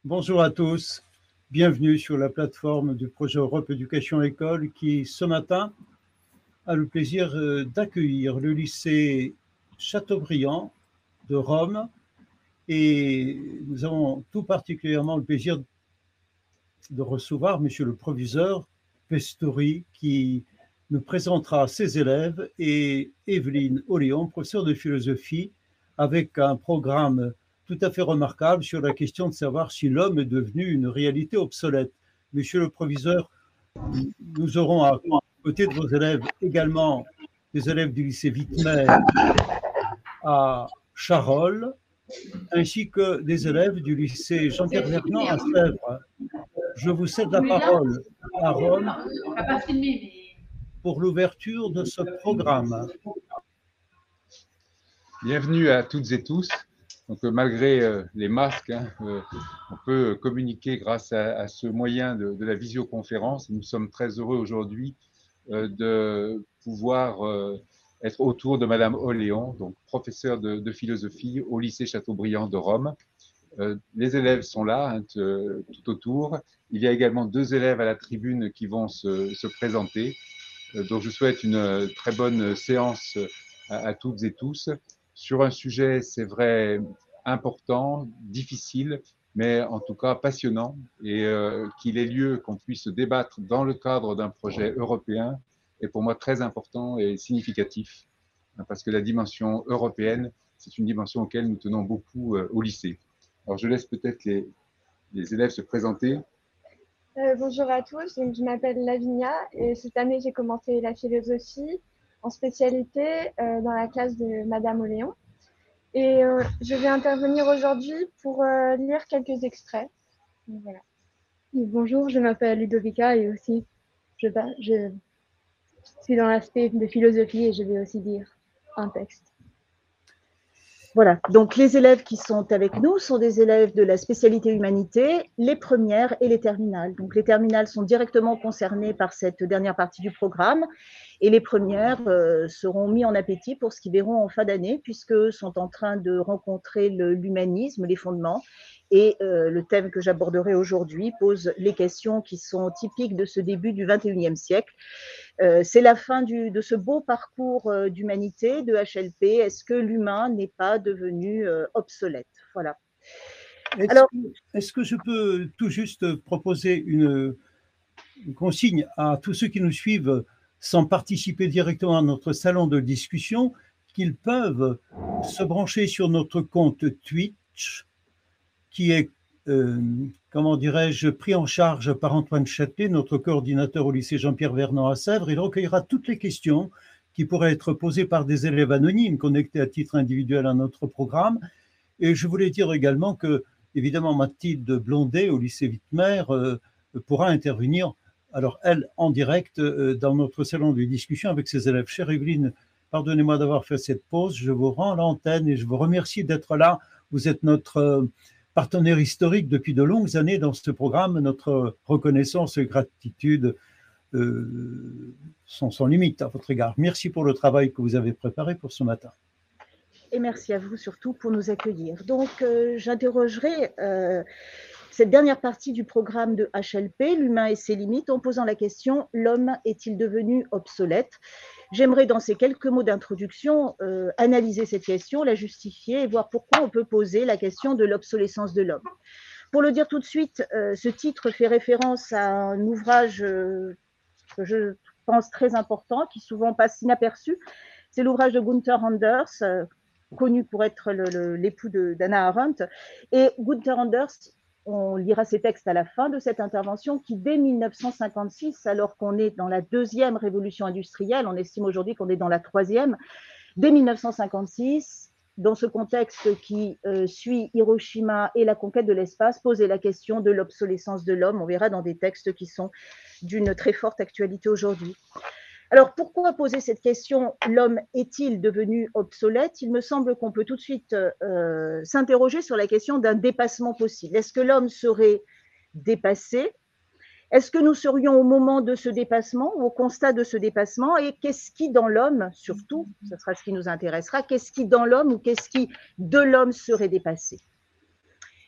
Bonjour à tous, bienvenue sur la plateforme du projet Europe Éducation École qui, ce matin, a le plaisir d'accueillir le lycée Chateaubriand de Rome et nous avons tout particulièrement le plaisir de recevoir Monsieur le proviseur Pestori qui nous présentera ses élèves et Evelyne Oléon, professeure de philosophie, avec un programme tout à fait remarquable sur la question de savoir si l'homme est devenu une réalité obsolète. Monsieur le proviseur, nous aurons à côté de vos élèves également des élèves du lycée Wittmer à Charolles, ainsi que des élèves du lycée Jean-Pierre Vernant à Sèvres. Je vous cède la parole à Rome pour l'ouverture de ce programme. Bienvenue à toutes et tous. Donc, malgré les masques, on peut communiquer grâce à ce moyen de la visioconférence. Nous sommes très heureux aujourd'hui de pouvoir être autour de Madame Oléon, donc professeure de philosophie au lycée Chateaubriand de Rome. Les élèves sont là, tout autour. Il y a également 2 élèves à la tribune qui vont se présenter. Donc, je souhaite une très bonne séance à toutes et tous sur un sujet, c'est vrai, important, difficile, mais en tout cas passionnant, et qu'il ait lieu, qu'on puisse débattre dans le cadre d'un projet européen est pour moi très important et significatif, parce que la dimension européenne, c'est une dimension auquel nous tenons beaucoup au lycée. Alors, je laisse peut-être les élèves se présenter. Bonjour à tous, donc, je m'appelle Lavinia et cette année j'ai commencé la philosophie en spécialité dans la classe de Madame Oléon. Et je vais intervenir aujourd'hui pour lire quelques extraits. Donc, voilà. Bonjour, je m'appelle Ludovica et aussi je suis dans l'aspect de philosophie et je vais aussi lire un texte. Voilà, donc les élèves qui sont avec nous sont des élèves de la spécialité humanité, les premières et les terminales. Donc les terminales sont directement concernées par cette dernière partie du programme et les premières seront mis en appétit pour ce qu'ils verront en fin d'année puisque sont en train de rencontrer l'humanisme, les fondements. Et le thème que j'aborderai aujourd'hui pose les questions qui sont typiques de ce début du XXIe siècle. C'est la fin de ce beau parcours d'humanité, de HLP. Est-ce que l'humain n'est pas devenu obsolète? Voilà. Est-ce que je peux tout juste proposer une consigne à tous ceux qui nous suivent sans participer directement à notre salon de discussion, qu'ils peuvent se brancher sur notre compte Twitch, qui est, comment dirais-je, pris en charge par Antoine Châtelet, notre coordinateur au lycée Jean-Pierre Vernant à Sèvres. Il recueillera toutes les questions qui pourraient être posées par des élèves anonymes connectés à titre individuel à notre programme. Et je voulais dire également que, évidemment, Mathilde Blondet au lycée Wittmer pourra intervenir, alors elle, en direct, dans notre salon de discussion avec ses élèves. Chère Evelyne, pardonnez-moi d'avoir fait cette pause. Je vous rends l'antenne et je vous remercie d'être là. Vous êtes notre partenaire historique depuis de longues années dans ce programme. Notre reconnaissance et gratitude sont sans limite à votre égard. Merci pour le travail que vous avez préparé pour ce matin. Et merci à vous surtout pour nous accueillir. Donc, j'interrogerai cette dernière partie du programme de HLP, l'humain et ses limites, en posant la question « L'homme est-il devenu obsolète ?» J'aimerais, dans ces quelques mots d'introduction, analyser cette question, la justifier et voir pourquoi on peut poser la question de l'obsolescence de l'homme. Pour le dire tout de suite, ce titre fait référence à un ouvrage que je pense très important, qui souvent passe inaperçu. C'est l'ouvrage de Gunther Anders, connu pour être l'époux d'Hannah Arendt. Et Gunther Anders, on lira ses textes à la fin de cette intervention, qui dès 1956, alors qu'on est dans la 2e révolution industrielle, on estime aujourd'hui qu'on est dans la 3e, dès 1956, dans ce contexte qui suit Hiroshima et la conquête de l'espace, posait la question de l'obsolescence de l'homme. On verra dans des textes qui sont d'une très forte actualité aujourd'hui. Alors, pourquoi poser cette question « L'homme est-il devenu obsolète ?» Il me semble qu'on peut tout de suite s'interroger sur la question d'un dépassement possible. Est-ce que l'homme serait dépassé? Est-ce que nous serions au moment de ce dépassement ou au constat de ce dépassement? Et qu'est-ce qui dans l'homme, surtout, ce sera ce qui nous intéressera, qu'est-ce qui dans l'homme ou qu'est-ce qui de l'homme serait dépassé?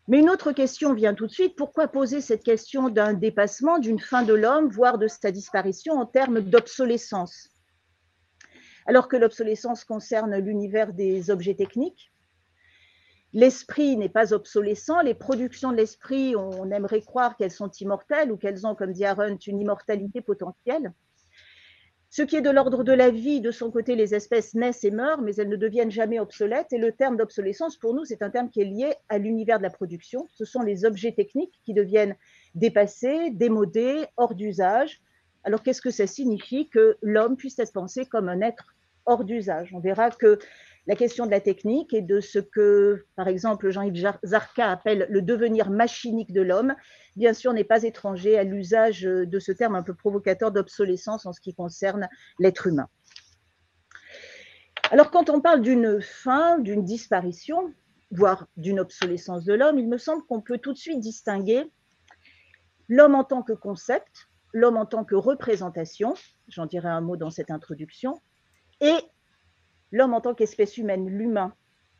Mais une autre question vient tout de suite. Pourquoi poser cette question d'un dépassement, d'une fin de l'homme, voire de sa disparition en termes d'obsolescence? Alors que l'obsolescence concerne l'univers des objets techniques, l'esprit n'est pas obsolescent, les productions de l'esprit, on aimerait croire qu'elles sont immortelles ou qu'elles ont, comme dit Arendt, une immortalité potentielle. Ce qui est de l'ordre de la vie, de son côté, les espèces naissent et meurent, mais elles ne deviennent jamais obsolètes. Et le terme d'obsolescence, pour nous, c'est un terme qui est lié à l'univers de la production. Ce sont les objets techniques qui deviennent dépassés, démodés, hors d'usage. Alors, qu'est-ce que ça signifie que l'homme puisse être pensé comme un être hors d'usage? On verra que la question de la technique et de ce que, par exemple, Jean-Yves Zarka appelle le devenir machinique de l'homme, bien sûr, n'est pas étranger à l'usage de ce terme un peu provocateur d'obsolescence en ce qui concerne l'être humain. Alors, quand on parle d'une fin, d'une disparition, voire d'une obsolescence de l'homme, il me semble qu'on peut tout de suite distinguer l'homme en tant que concept, l'homme en tant que représentation, j'en dirai un mot dans cette introduction, et l'homme en tant qu'espèce humaine, l'humain,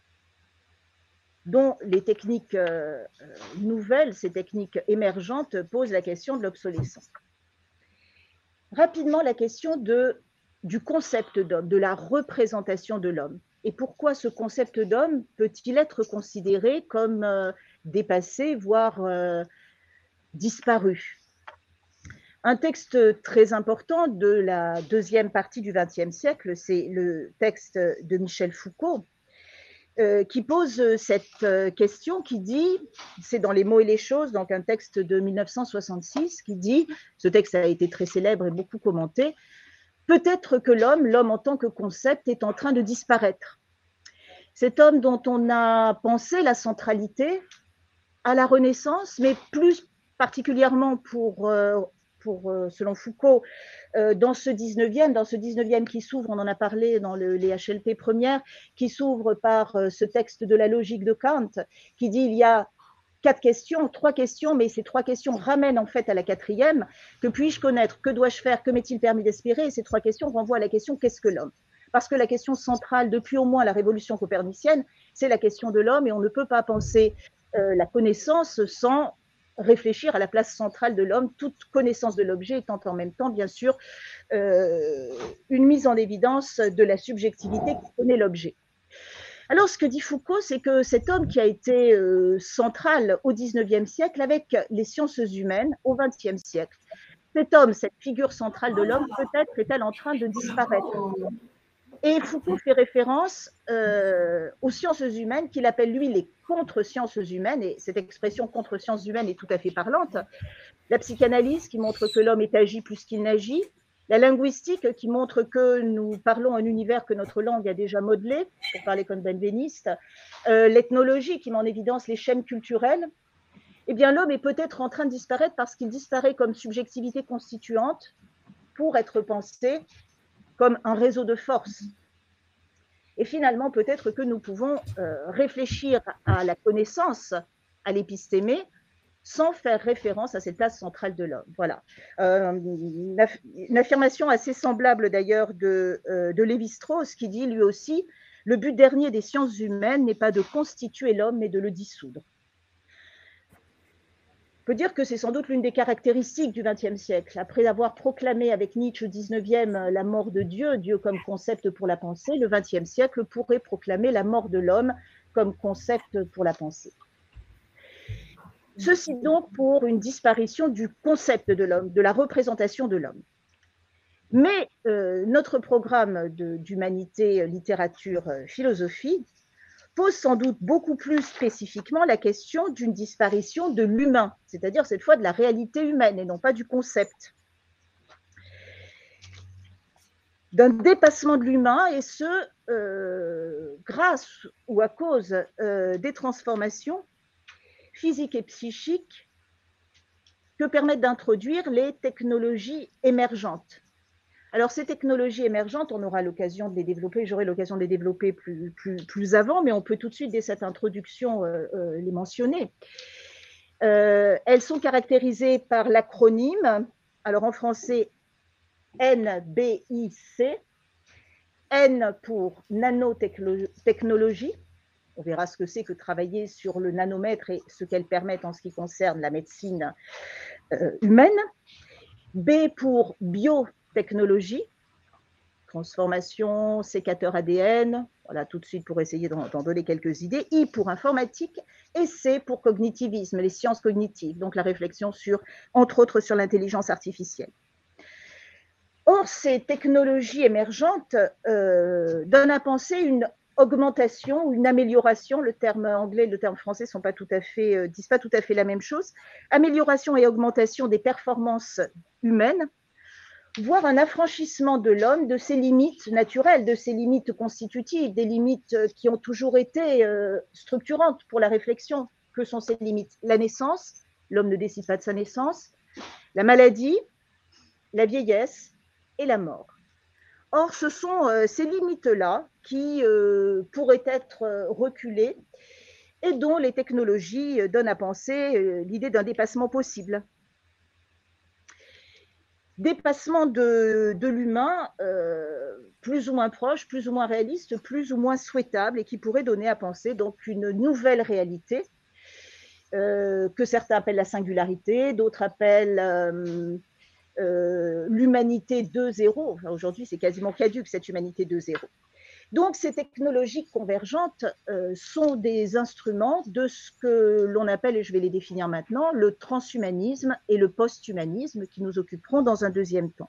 dont les techniques nouvelles, ces techniques émergentes, posent la question de l'obsolescence. Rapidement, la question du concept d'homme, de la représentation de l'homme. Et pourquoi ce concept d'homme peut-il être considéré comme dépassé, voire disparu? Un texte très important de la deuxième partie du XXe siècle, c'est le texte de Michel Foucault, qui pose cette question, qui dit, c'est dans Les mots et les choses, donc un texte de 1966, qui dit, ce texte a été très célèbre et beaucoup commenté, peut-être que l'homme en tant que concept est en train de disparaître. Cet homme dont on a pensé la centralité à la Renaissance, mais plus particulièrement selon Foucault, dans ce 19e qui s'ouvre, on en a parlé dans les HLP premières, qui s'ouvre par ce texte de la logique de Kant, qui dit il y a trois questions, mais ces trois questions ramènent en fait à la quatrième. Que puis-je connaître? Que dois-je faire? Que m'est-il permis d'espérer? Et ces trois questions renvoient à la question qu'est-ce que l'homme? Parce que la question centrale, depuis au moins la révolution copernicienne, c'est la question de l'homme, et on ne peut pas penser la connaissance sans réfléchir à la place centrale de l'homme, toute connaissance de l'objet étant en même temps, bien sûr, une mise en évidence de la subjectivité qui connaît l'objet. Alors, ce que dit Foucault, c'est que cet homme qui a été central au XIXe siècle avec les sciences humaines au XXe siècle, cet homme, cette figure centrale de l'homme, peut-être est-elle en train de disparaître. Et Foucault fait référence aux sciences humaines qu'il appelle, lui, les contre-sciences humaines, et cette expression contre-sciences humaines est tout à fait parlante. La psychanalyse qui montre que l'homme est agi plus qu'il n'agit, la linguistique qui montre que nous parlons un univers que notre langue a déjà modelé, pour parler comme benveniste, l'ethnologie qui met en évidence les schèmes culturels. Eh bien, l'homme est peut-être en train de disparaître parce qu'il disparaît comme subjectivité constituante pour être pensé comme un réseau de forces. Et finalement, peut-être que nous pouvons réfléchir à la connaissance, à l'épistémé, sans faire référence à cette place centrale de l'homme. Voilà. Une affirmation assez semblable d'ailleurs de Lévi-Strauss qui dit lui aussi « Le but dernier des sciences humaines n'est pas de constituer l'homme, mais de le dissoudre ». On peut dire que c'est sans doute l'une des caractéristiques du XXe siècle. Après avoir proclamé avec Nietzsche au XIXe la mort de Dieu, Dieu comme concept pour la pensée, le XXe siècle pourrait proclamer la mort de l'homme comme concept pour la pensée. Ceci donc pour une disparition du concept de l'homme, de la représentation de l'homme. Mais notre programme d'humanité, littérature, philosophie pose sans doute beaucoup plus spécifiquement la question d'une disparition de l'humain, c'est-à-dire cette fois de la réalité humaine et non pas du concept. D'un dépassement de l'humain, et ce, grâce ou à cause des transformations physiques et psychiques que permettent d'introduire les technologies émergentes. Alors, ces technologies émergentes, on aura l'occasion de les développer, j'aurai l'occasion de les développer plus avant, mais on peut tout de suite, dès cette introduction, les mentionner. Elles sont caractérisées par l'acronyme, alors en français, NBIC, N pour nanotechnologie, On verra ce que c'est que travailler sur le nanomètre et ce qu'elles permettent en ce qui concerne la médecine humaine. B pour biotechnologie, transformation, sécateur ADN, voilà tout de suite pour essayer d'en donner quelques idées. I pour informatique et C pour cognitivisme, les sciences cognitives, donc la réflexion sur, entre autres, sur l'intelligence artificielle. Or, ces technologies émergentes donnent à penser une augmentation ou une amélioration, le terme anglais et le terme français sont pas tout à fait, disent pas tout à fait la même chose, amélioration et augmentation des performances humaines, voire un affranchissement de l'homme de ses limites naturelles, de ses limites constitutives, des limites qui ont toujours été structurantes pour la réflexion. Que sont ces limites? La naissance, l'homme ne décide pas de sa naissance, la maladie, la vieillesse et la mort. Or, ce sont ces limites-là qui pourraient être reculées et dont les technologies donnent à penser l'idée d'un dépassement possible. Dépassement de l'humain plus ou moins proche, plus ou moins réaliste, plus ou moins souhaitable et qui pourrait donner à penser donc une nouvelle réalité que certains appellent la singularité, d'autres appellent l'humanité 2.0. Enfin, aujourd'hui, c'est quasiment caduque cette humanité 2.0. Donc, ces technologies convergentes sont des instruments de ce que l'on appelle, et je vais les définir maintenant, le transhumanisme et le post-humanisme qui nous occuperont dans un deuxième temps.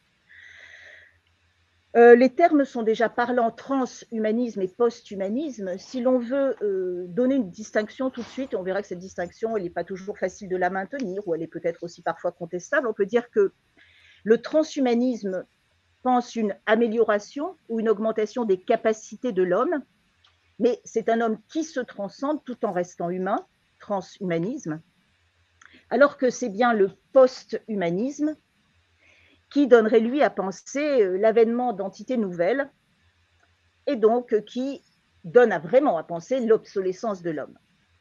Les termes sont déjà parlants, transhumanisme et post-humanisme. Si l'on veut donner une distinction tout de suite, on verra que cette distinction, elle n'est pas toujours facile de la maintenir, ou elle est peut-être aussi parfois contestable. On peut dire que le transhumanisme pense une amélioration ou une augmentation des capacités de l'homme, mais c'est un homme qui se transcende tout en restant humain, transhumanisme, alors que c'est bien le post-humanisme qui donnerait lui à penser l'avènement d'entités nouvelles et donc qui donne vraiment à penser l'obsolescence de l'homme.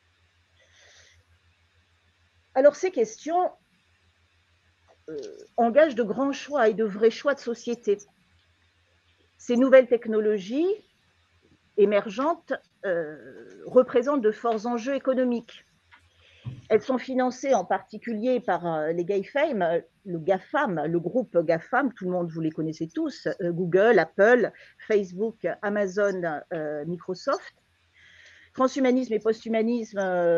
Alors ces questions engagent de grands choix et de vrais choix de société. Ces nouvelles technologies émergentes représentent de forts enjeux économiques. Elles sont financées en particulier par les GAFAM, le groupe GAFAM, tout le monde, vous les connaissez tous, Google, Apple, Facebook, Amazon, Microsoft. Transhumanisme et posthumanisme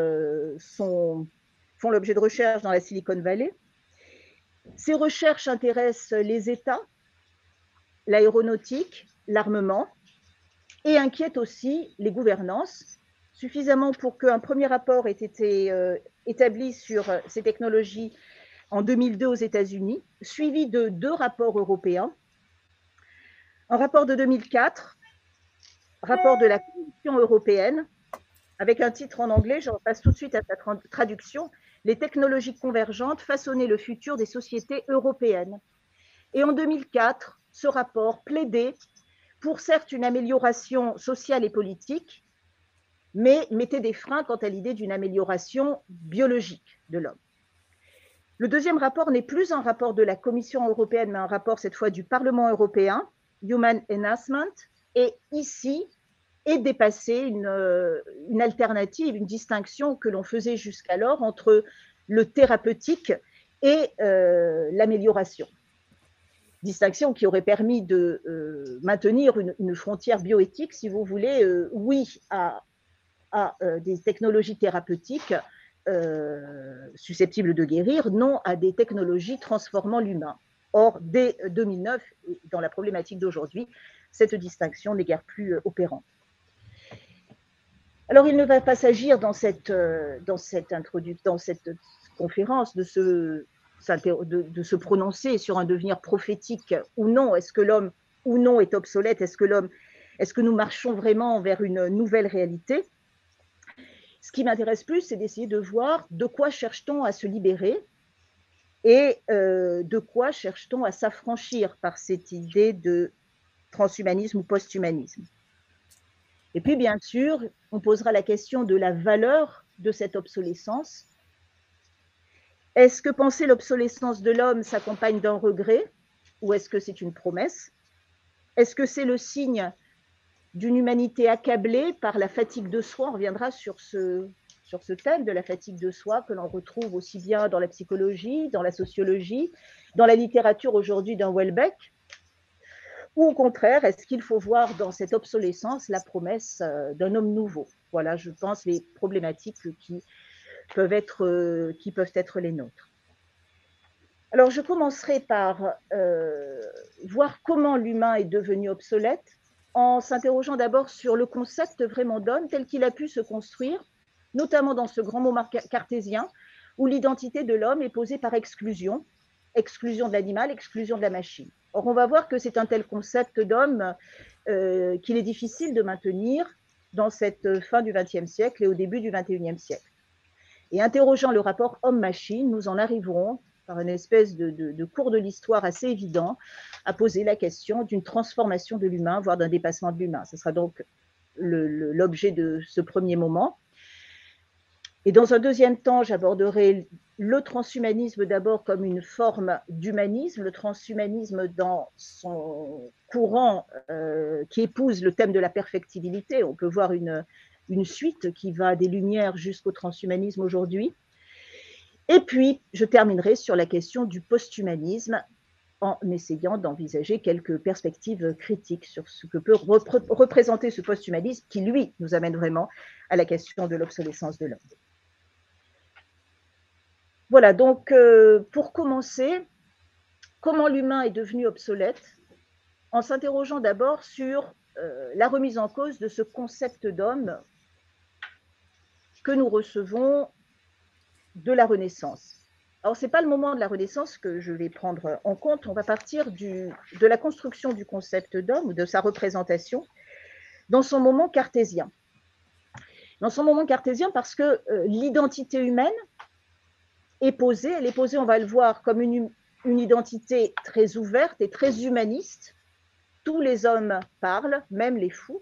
font l'objet de recherches dans la Silicon Valley. Ces recherches intéressent les États, l'aéronautique, l'armement, et inquiètent aussi les gouvernances, suffisamment pour qu'un premier rapport ait été établi sur ces technologies en 2002 aux États-Unis, suivi de 2 rapports européens. Un rapport de 2004, rapport de la Commission européenne, avec un titre en anglais, je repasse tout de suite à sa traduction, « Les technologies convergentes façonner le futur des sociétés européennes ». Et en 2004, ce rapport plaidait pour certes une amélioration sociale et politique, mais mettait des freins quant à l'idée d'une amélioration biologique de l'homme. Le deuxième rapport n'est plus un rapport de la Commission européenne, mais un rapport cette fois du Parlement européen, Human Enhancement, et ici est dépassée une alternative, une distinction que l'on faisait jusqu'alors entre le thérapeutique et l'amélioration. Distinction qui aurait permis de maintenir une frontière bioéthique, si vous voulez, oui à des technologies thérapeutiques susceptibles de guérir, non à des technologies transformant l'humain. Or, dès 2009, dans la problématique d'aujourd'hui, cette distinction n'est guère plus opérante. Alors, il ne va pas s'agir dans cette conférence de se prononcer sur un devenir prophétique ou non. Est-ce que l'homme ou non est obsolète? Est-ce que nous marchons vraiment vers une nouvelle réalité? Ce qui m'intéresse plus, c'est d'essayer de voir de quoi cherche-t-on à se libérer et de quoi cherche-t-on à s'affranchir par cette idée de transhumanisme ou posthumanisme. Et puis, bien sûr, on posera la question de la valeur de cette obsolescence. Est-ce que penser l'obsolescence de l'homme s'accompagne d'un regret ou est-ce que c'est une promesse? Est-ce que c'est le signe d'une humanité accablée par la fatigue de soi. On reviendra sur ce thème de la fatigue de soi que l'on retrouve aussi bien dans la psychologie, dans la sociologie, dans la littérature aujourd'hui d'un Houellebecq. Ou au contraire, est-ce qu'il faut voir dans cette obsolescence la promesse d'un homme nouveau? Voilà, je pense, les problématiques qui peuvent être les nôtres. Alors, je commencerai par voir comment l'humain est devenu obsolète, en s'interrogeant d'abord sur le concept vraiment d'homme tel qu'il a pu se construire, notamment dans ce grand mot cartésien, où l'identité de l'homme est posée par exclusion, exclusion de l'animal, exclusion de la machine. Or, on va voir que c'est un tel concept d'homme qu'il est difficile de maintenir dans cette fin du XXe siècle et au début du XXIe siècle. Et interrogeant le rapport homme-machine, nous en arriverons, par une espèce de cours de l'histoire assez évident, à poser la question d'une transformation de l'humain, voire d'un dépassement de l'humain. Ce sera donc l'objet de ce premier moment. Et dans un deuxième temps, j'aborderai le transhumanisme d'abord comme une forme d'humanisme, le transhumanisme dans son courant qui épouse le thème de la perfectibilité. On peut voir une suite qui va des Lumières jusqu'au transhumanisme aujourd'hui. Et puis, je terminerai sur la question du posthumanisme en essayant d'envisager quelques perspectives critiques sur ce que peut représenter ce posthumanisme qui, lui, nous amène vraiment à la question de l'obsolescence de l'homme. Voilà, donc pour commencer, comment l'humain est devenu obsolète? En s'interrogeant d'abord sur la remise en cause de ce concept d'homme que nous recevons de la Renaissance. Alors, ce n'est pas le moment de la Renaissance que je vais prendre en compte, on va partir de la construction du concept d'homme ou de sa représentation dans son moment cartésien. Dans son moment cartésien parce que l'identité humaine est posée, elle est posée, on va le voir, comme une identité très ouverte et très humaniste. Tous les hommes parlent, même les fous,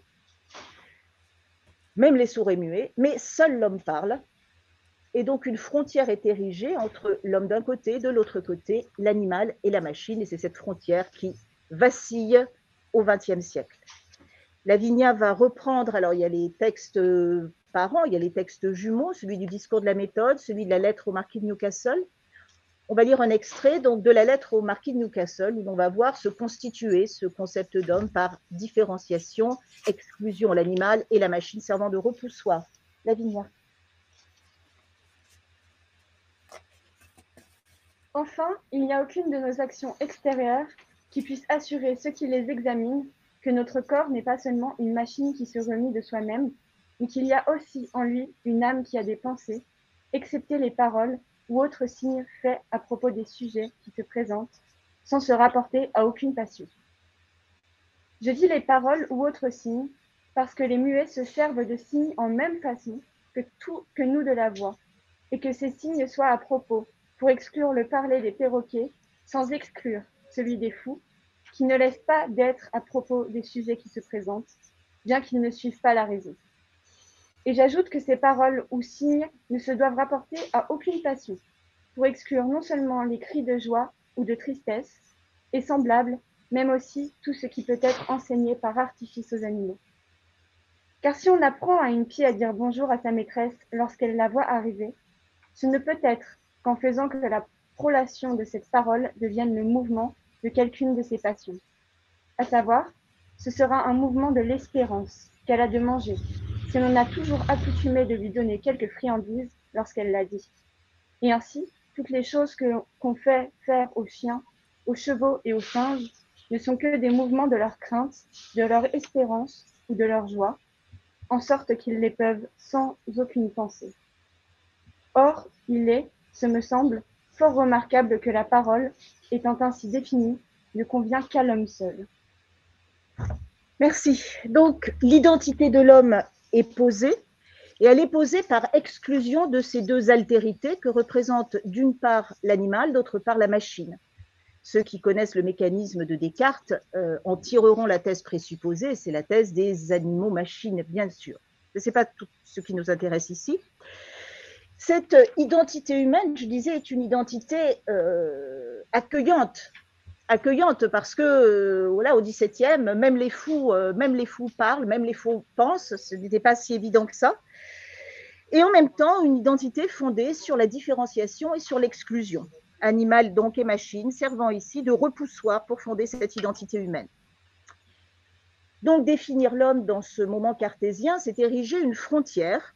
même les sourds et muets, mais seul l'homme parle. Et donc, une frontière est érigée entre l'homme d'un côté, de l'autre côté, l'animal et la machine. Et c'est cette frontière qui vacille au XXe siècle. Lavinia va reprendre, alors il y a les textes parents, il y a les textes jumeaux, celui du discours de la méthode, celui de la lettre au marquis de Newcastle. On va lire un extrait donc, de la lettre au marquis de Newcastle, où on va voir se constituer ce concept d'homme par différenciation, exclusion, l'animal et la machine servant de repoussoir. Lavinia. Enfin, il n'y a aucune de nos actions extérieures qui puisse assurer ceux qui les examinent que notre corps n'est pas seulement une machine qui se remue de soi-même, mais qu'il y a aussi en lui une âme qui a des pensées, excepté les paroles ou autres signes faits à propos des sujets qui se présentent, sans se rapporter à aucune passion. Je dis les paroles ou autres signes parce que les muets se servent de signes en même façon que nous de la voix, et que ces signes soient à propos, pour exclure le parler des perroquets, sans exclure celui des fous, qui ne laissent pas d'être à propos des sujets qui se présentent, bien qu'ils ne suivent pas la raison. Et j'ajoute que ces paroles ou signes ne se doivent rapporter à aucune passion, pour exclure non seulement les cris de joie ou de tristesse, et semblables, même aussi tout ce qui peut être enseigné par artifice aux animaux. Car si on apprend à une pie à dire bonjour à sa maîtresse lorsqu'elle la voit arriver, ce ne peut être qu'en faisant que la prolation de cette parole devienne le mouvement de quelqu'une de ses passions. À savoir, ce sera un mouvement de l'espérance qu'elle a de manger, si l'on a toujours accoutumé de lui donner quelques friandises lorsqu'elle l'a dit. Et ainsi, toutes les choses qu'on fait faire aux chiens, aux chevaux et aux singes ne sont que des mouvements de leur crainte, de leur espérance ou de leur joie, en sorte qu'ils les peuvent sans aucune pensée. Or, il est, ce me semble, fort remarquable que la parole, étant ainsi définie, ne convient qu'à l'homme seul. Merci. Donc, l'identité de l'homme est posée, et elle est posée par exclusion de ces deux altérités que représentent d'une part l'animal, d'autre part la machine. Ceux qui connaissent le mécanisme de Descartes en tireront la thèse présupposée, c'est la thèse des animaux-machines, bien sûr. Ce n'est pas tout ce qui nous intéresse ici. Cette identité humaine, je disais, est une identité accueillante, accueillante parce que voilà, au XVIIe, même les fous parlent, même les fous pensent, ce n'était pas si évident que ça. Et en même temps, une identité fondée sur la différenciation et sur l'exclusion. Animal donc et machine, servant ici de repoussoir pour fonder cette identité humaine. Donc définir l'homme dans ce moment cartésien, c'est ériger une frontière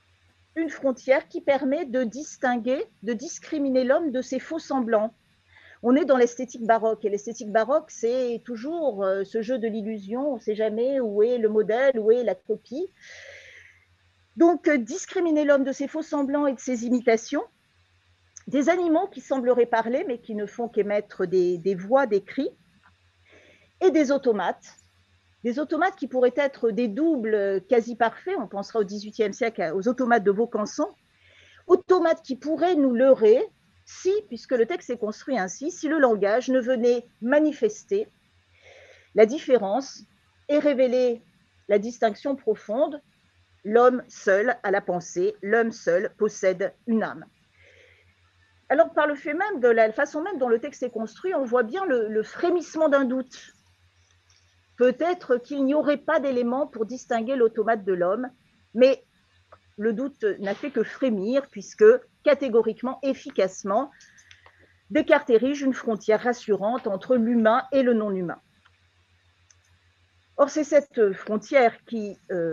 qui permet de distinguer, de discriminer l'homme de ses faux semblants. On est dans l'esthétique baroque, et l'esthétique baroque, c'est toujours ce jeu de l'illusion, on ne sait jamais où est le modèle, où est la copie. Donc, discriminer l'homme de ses faux semblants et de ses imitations, des animaux qui sembleraient parler, mais qui ne font qu'émettre des voix, des cris, et des automates qui pourraient être des doubles quasi parfaits, on pensera au XVIIIe siècle aux automates de Vaucanson, automates qui pourraient nous leurrer, si, puisque le texte est construit ainsi, si le langage ne venait manifester la différence et révéler la distinction profonde, l'homme seul a la pensée, l'homme seul possède une âme. Alors, par le fait même de la façon même dont le texte est construit, on voit bien le frémissement d'un doute. Peut-être qu'il n'y aurait pas d'éléments pour distinguer l'automate de l'homme, mais le doute n'a fait que frémir, puisque catégoriquement, efficacement, Descartes érige une frontière rassurante entre l'humain et le non-humain. Or, c'est cette frontière qui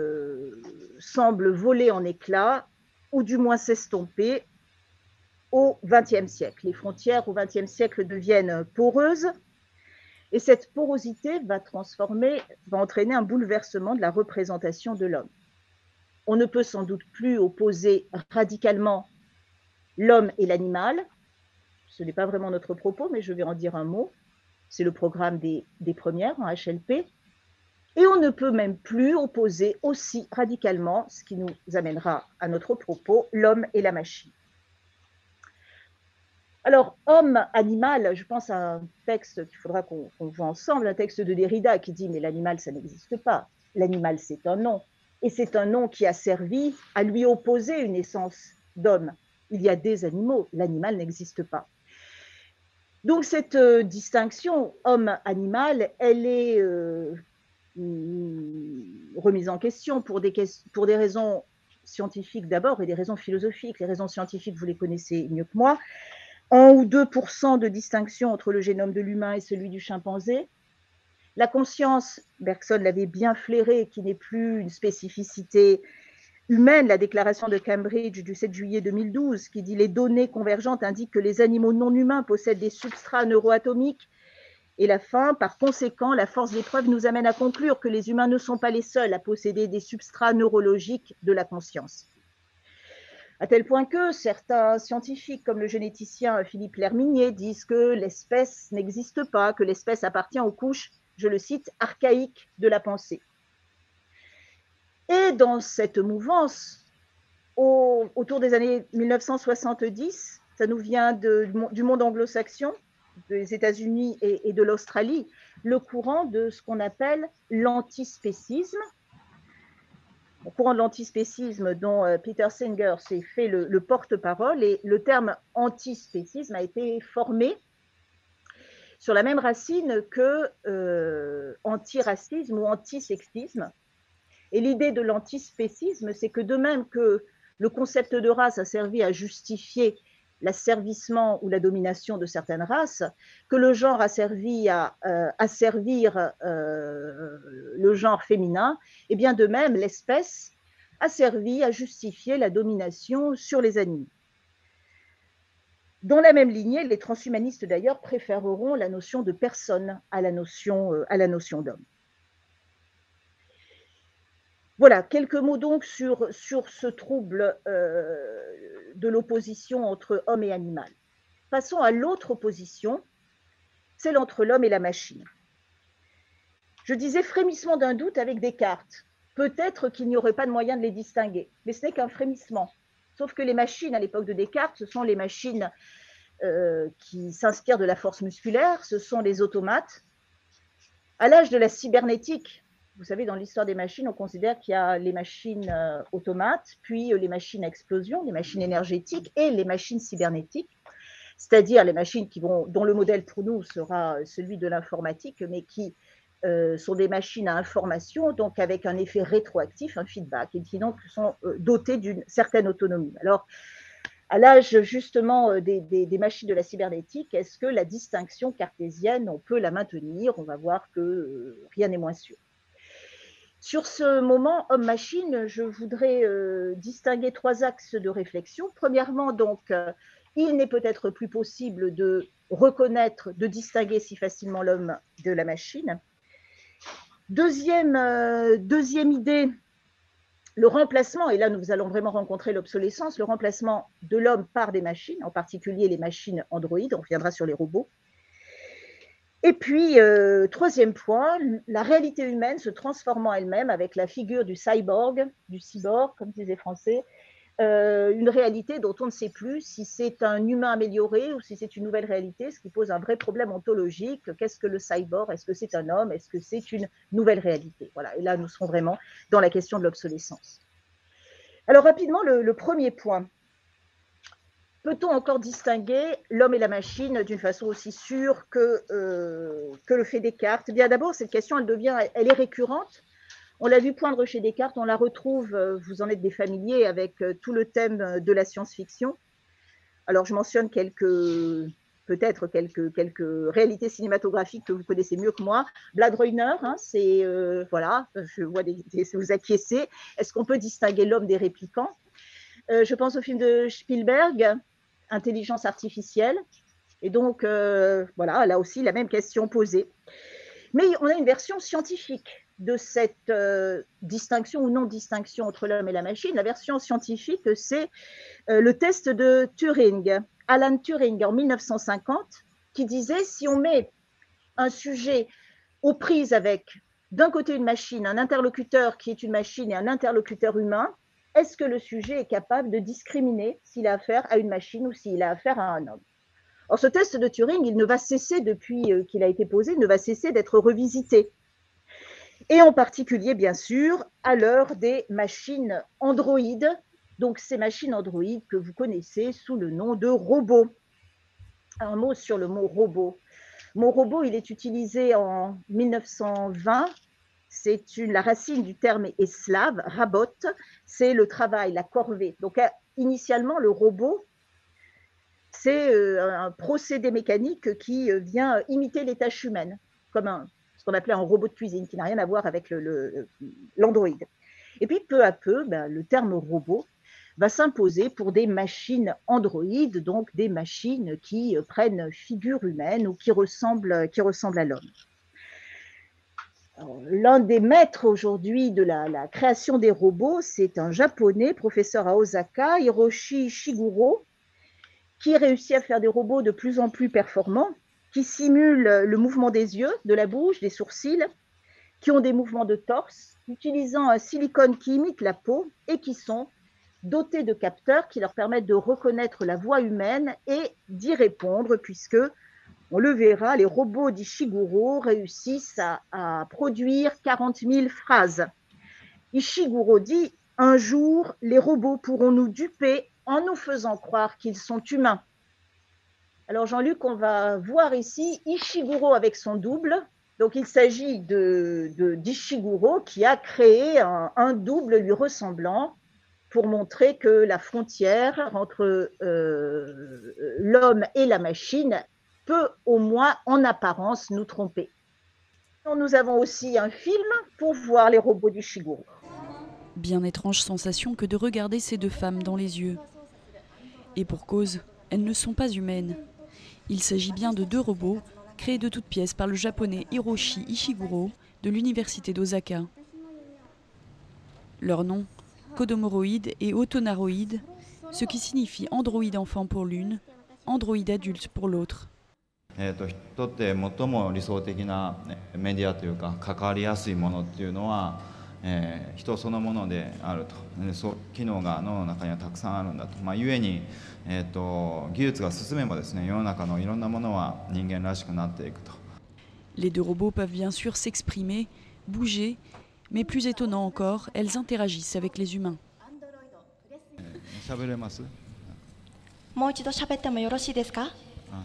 semble voler en éclats, ou du moins s'estomper, au XXe siècle. Les frontières au XXe siècle deviennent poreuses, et cette porosité va entraîner un bouleversement de la représentation de l'homme. On ne peut sans doute plus opposer radicalement l'homme et l'animal. Ce n'est pas vraiment notre propos, mais je vais en dire un mot. C'est le programme des premières en HLP. Et on ne peut même plus opposer aussi radicalement, ce qui nous amènera à notre propos, l'homme et la machine. Alors, homme-animal, je pense à un texte qu'il faudra qu'on voit ensemble, un texte de Derrida qui dit « mais l'animal, ça n'existe pas. L'animal, c'est un nom. Et c'est un nom qui a servi à lui opposer une essence d'homme. Il y a des animaux, l'animal n'existe pas. » Donc, cette distinction homme-animal, elle est remise en question pour des raisons scientifiques d'abord et des raisons philosophiques. Les raisons scientifiques, vous les connaissez mieux que moi. 1 ou 2% de distinction entre le génome de l'humain et celui du chimpanzé. La conscience, Bergson l'avait bien flairé, qui n'est plus une spécificité humaine, la déclaration de Cambridge du 7 juillet 2012, qui dit « Les données convergentes indiquent que les animaux non humains possèdent des substrats neuroatomiques ». Et la fin, par conséquent, la force des preuves nous amène à conclure que les humains ne sont pas les seuls à posséder des substrats neurologiques de la conscience. À tel point que certains scientifiques, comme le généticien Philippe Lerminier, disent que l'espèce n'existe pas, que l'espèce appartient aux couches, je le cite, archaïques de la pensée. Et dans cette mouvance, autour des années 1970, ça nous vient du monde anglo-saxon, des États-Unis et de l'Australie, le courant de ce qu'on appelle l'antispécisme. Le courant de l'antispécisme dont Peter Singer s'est fait le porte-parole, et le terme antispécisme a été formé sur la même racine que antiracisme ou antisexisme. Et l'idée de l'antispécisme, c'est que de même que le concept de race a servi à justifier l'asservissement ou la domination de certaines races, que le genre a servi à asservir le genre féminin, et bien de même, l'espèce a servi à justifier la domination sur les animaux. Dans la même lignée, les transhumanistes d'ailleurs préféreront la notion de personne à la notion d'homme. Voilà, quelques mots donc sur ce trouble de l'opposition entre homme et animal. Passons à l'autre opposition, celle entre l'homme et la machine. Je disais frémissement d'un doute avec Descartes. Peut-être qu'il n'y aurait pas de moyen de les distinguer, mais ce n'est qu'un frémissement. Sauf que les machines à l'époque de Descartes, ce sont les machines qui s'inspirent de la force musculaire, ce sont les automates. À l'âge de la cybernétique, vous savez, dans l'histoire des machines, on considère qu'il y a les machines automates, puis les machines à explosion, les machines énergétiques et les machines cybernétiques. c'est-à-dire les machines dont le modèle pour nous sera celui de l'informatique, mais qui sont des machines à information, donc avec un effet rétroactif, un feedback, et qui donc sont dotées d'une certaine autonomie. Alors, à l'âge justement des machines de la cybernétique, est-ce que la distinction cartésienne, on peut la maintenir? On va voir que rien n'est moins sûr. Sur ce moment homme-machine, je voudrais distinguer 3 axes de réflexion. Premièrement, donc, il n'est peut-être plus possible de reconnaître, de distinguer si facilement l'homme de la machine. Deuxième idée, le remplacement, et là nous allons vraiment rencontrer l'obsolescence, le remplacement de l'homme par des machines, en particulier les machines Android, on reviendra sur les robots. Et puis, troisième point, la réalité humaine se transformant elle-même avec la figure du cyborg, comme disent les Français, une réalité dont on ne sait plus si c'est un humain amélioré ou si c'est une nouvelle réalité, ce qui pose un vrai problème ontologique. Qu'est-ce que le cyborg? Est-ce que c'est un homme? Est-ce que c'est une nouvelle réalité? Voilà, et là, nous serons vraiment dans la question de l'obsolescence. Alors, rapidement, le premier point. Peut-on encore distinguer l'homme et la machine d'une façon aussi sûre que le fait Descartes? Bien, d'abord, cette question, elle est récurrente. On l'a vu poindre chez Descartes, on la retrouve, vous en êtes des familiers, avec tout le thème de la science-fiction. Alors, je mentionne peut-être quelques réalités cinématographiques que vous connaissez mieux que moi. Blade Runner, hein, c'est, voilà, je vois vous acquiescer. Est-ce qu'on peut distinguer l'homme des réplicants? Je pense au film de Spielberg, Intelligence artificielle. Et donc, voilà, là aussi, la même question posée. Mais on a une version scientifique de cette distinction ou non-distinction entre l'homme et la machine. La version scientifique, c'est le test de Turing, Alan Turing, en 1950, qui disait si on met un sujet aux prises avec, d'un côté, une machine, un interlocuteur qui est une machine et un interlocuteur humain, est-ce que le sujet est capable de discriminer s'il a affaire à une machine ou s'il a affaire à un homme? Or, ce test de Turing, il ne va cesser, depuis qu'il a été posé, ne va cesser d'être revisité. Et en particulier, bien sûr, à l'heure des machines Android, donc ces machines Android que vous connaissez sous le nom de robots. Un mot sur le mot robot. Le mot robot, il est utilisé en 1920. La racine du terme est slave, rabot, c'est le travail, la corvée. Donc, initialement, le robot, c'est un procédé mécanique qui vient imiter les tâches humaines, comme ce qu'on appelait un robot de cuisine, qui n'a rien à voir avec l'Android. Et puis, peu à peu, le terme robot va s'imposer pour des machines Android, donc des machines qui prennent figure humaine ou qui ressemblent à l'homme. L'un des maîtres aujourd'hui de la création des robots, c'est un japonais, professeur à Osaka, Hiroshi Ishiguro, qui réussit à faire des robots de plus en plus performants, qui simulent le mouvement des yeux, de la bouche, des sourcils, qui ont des mouvements de torse, utilisant un silicone qui imite la peau et qui sont dotés de capteurs qui leur permettent de reconnaître la voix humaine et d'y répondre, puisque, on le verra, les robots d'Ishiguro réussissent à produire 40 000 phrases. Ishiguro dit « Un jour, les robots pourront nous duper en nous faisant croire qu'ils sont humains. » Alors Jean-Luc, on va voir ici Ishiguro avec son double. Donc il s'agit d'Ishiguro qui a créé un double lui ressemblant pour montrer que la frontière entre l'homme et la machine peut au moins en apparence nous tromper. Nous avons aussi un film pour voir les robots d'Ishiguro. Bien étrange sensation que de regarder ces deux femmes dans les yeux. Et pour cause, elles ne sont pas humaines. Il s'agit bien de deux robots créés de toutes pièces par le japonais Hiroshi Ishiguro de l'université d'Osaka. Leur nom, Kodomoroid et Otonaroid, ce qui signifie androïde enfant pour l'une, androïde adulte pour l'autre. 人って最も理想的なメディアというか関わりやすいものっていうのは、人そのものであると、機能が脳の中にはたくさんあるんだと、ゆえに、技術が進めばですね、世の中のいろんなものは人間らしくなっていくと。 Les deux robots peuvent bien sûr s'exprimer, bouger, mais plus étonnant encore, elles interagissent avec les humains. 喋れます？ もう一度喋ってもよろしいですか？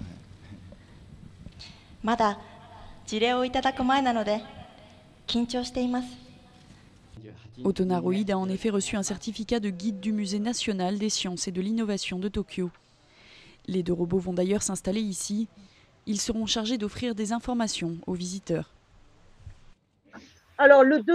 まだ事例をいただく前なので緊張しています。 Autonaroid a en effet reçu un certificat de guide du Musée national des sciences et de l'innovation de Tokyo. Les 2 robots vont d'ailleurs s'installer ici. Ils seront chargés d'offrir des informations aux visiteurs. Alors le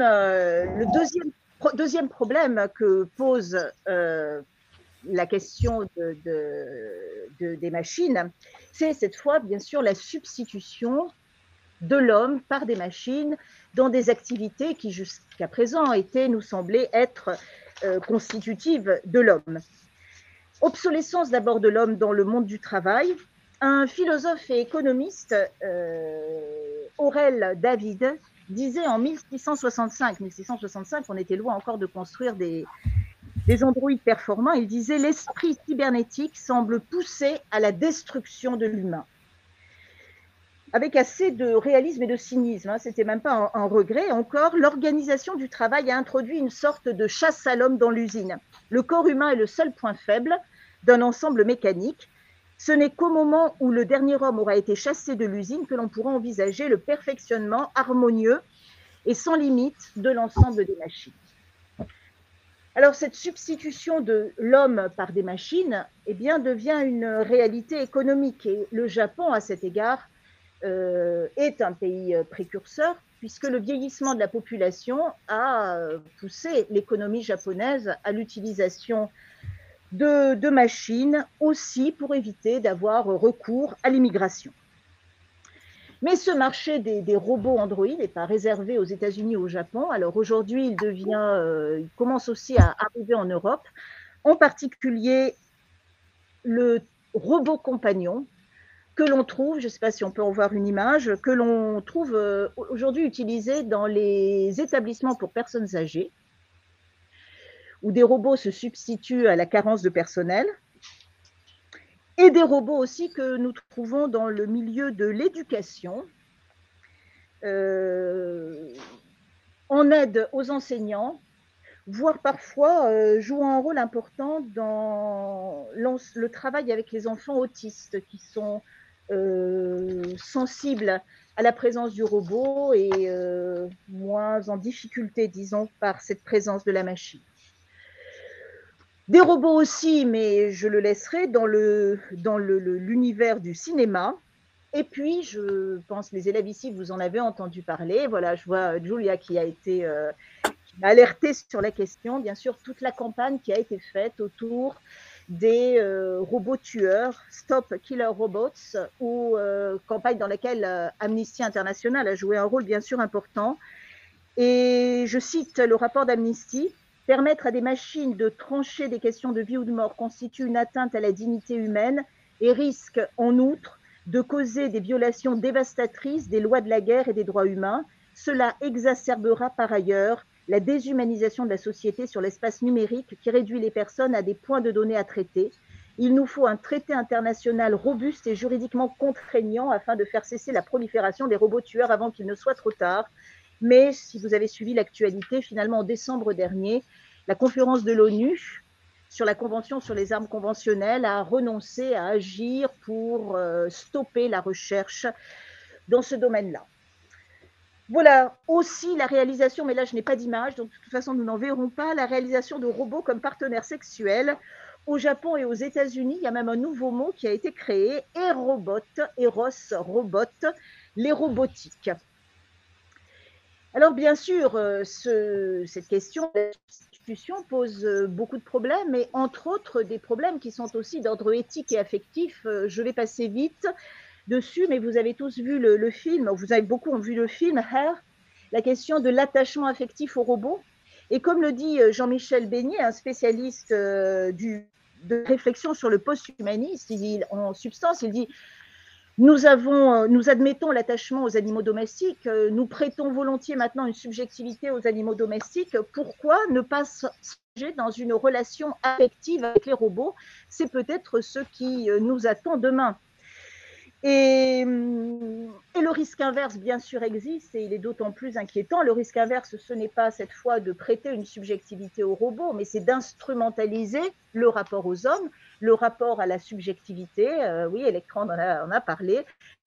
deuxième problème que pose la question des machines, c'est cette fois bien sûr la substitution de l'homme par des machines dans des activités qui jusqu'à présent nous semblaient être constitutives de l'homme. Obsolescence d'abord de l'homme dans le monde du travail. Un philosophe et économiste, Aurel David, disait en 1665, on était loin encore de construire des androïdes performants, il disait « L'esprit cybernétique semble pousser à la destruction de l'humain ». Avec assez de réalisme et de cynisme, hein, c'était même pas un regret. Encore, l'organisation du travail a introduit une sorte de chasse à l'homme dans l'usine. Le corps humain est le seul point faible d'un ensemble mécanique. Ce n'est qu'au moment où le dernier homme aura été chassé de l'usine que l'on pourra envisager le perfectionnement harmonieux et sans limite de l'ensemble des machines. Alors, cette substitution de l'homme par des machines eh bien, devient une réalité économique. Et le Japon, à cet égard, est un pays précurseur, puisque le vieillissement de la population a poussé l'économie japonaise à l'utilisation de machines, aussi pour éviter d'avoir recours à l'immigration. Mais ce marché des robots Android n'est pas réservé aux États-Unis ou au Japon. Alors aujourd'hui, il commence aussi à arriver en Europe, en particulier le robot compagnon que l'on trouve, je ne sais pas si on peut en voir une image, que l'on trouve aujourd'hui utilisé dans les établissements pour personnes âgées, où des robots se substituent à la carence de personnel, et des robots aussi que nous trouvons dans le milieu de l'éducation, en aide aux enseignants, voire parfois jouant un rôle important dans le travail avec les enfants autistes qui sont sensibles à la présence du robot et moins en difficulté, disons, par cette présence de la machine. Des robots aussi, mais je le laisserai dans l'univers du cinéma. Et puis, je pense, les élèves ici, vous en avez entendu parler. Voilà, je vois Julia qui m'a alertée sur la question. Bien sûr, toute la campagne qui a été faite autour des robots tueurs, Stop Killer Robots, ou campagne dans laquelle Amnesty International a joué un rôle bien sûr important. Et je cite le rapport d'Amnesty: permettre à des machines de trancher des questions de vie ou de mort constitue une atteinte à la dignité humaine et risque en outre de causer des violations dévastatrices des lois de la guerre et des droits humains. Cela exacerbera par ailleurs la déshumanisation de la société sur l'espace numérique qui réduit les personnes à des points de données à traiter. Il nous faut un traité international robuste et juridiquement contraignant afin de faire cesser la prolifération des robots tueurs avant qu'il ne soit trop tard. Mais si vous avez suivi l'actualité, finalement en décembre dernier, la conférence de l'ONU sur la Convention sur les armes conventionnelles a renoncé à agir pour stopper la recherche dans ce domaine-là. Voilà aussi la réalisation, mais là je n'ai pas d'image, donc de toute façon nous n'en verrons pas, la réalisation de robots comme partenaires sexuels. Au Japon et aux États-Unis, il y a même un nouveau mot qui a été créé, Eros robot, les robotiques. Alors bien sûr, cette question de la substitution pose beaucoup de problèmes, mais entre autres des problèmes qui sont aussi d'ordre éthique et affectif. Je vais passer vite dessus, mais vous avez tous vu le film, vous avez beaucoup vu le film Her, la question de l'attachement affectif au robot. Et comme le dit Jean-Michel Beignet, un spécialiste de réflexion sur le post-humanisme, en substance, il dit: nous admettons l'attachement aux animaux domestiques, nous prêtons volontiers maintenant une subjectivité aux animaux domestiques. Pourquoi ne pas s'engager dans une relation affective avec les robots? C'est peut-être ce qui nous attend demain. Et le risque inverse, bien sûr, existe, et il est d'autant plus inquiétant. Le risque inverse, ce n'est pas cette fois de prêter une subjectivité au robot, mais c'est d'instrumentaliser le rapport aux hommes, le rapport à la subjectivité, oui, Electra en a parlé,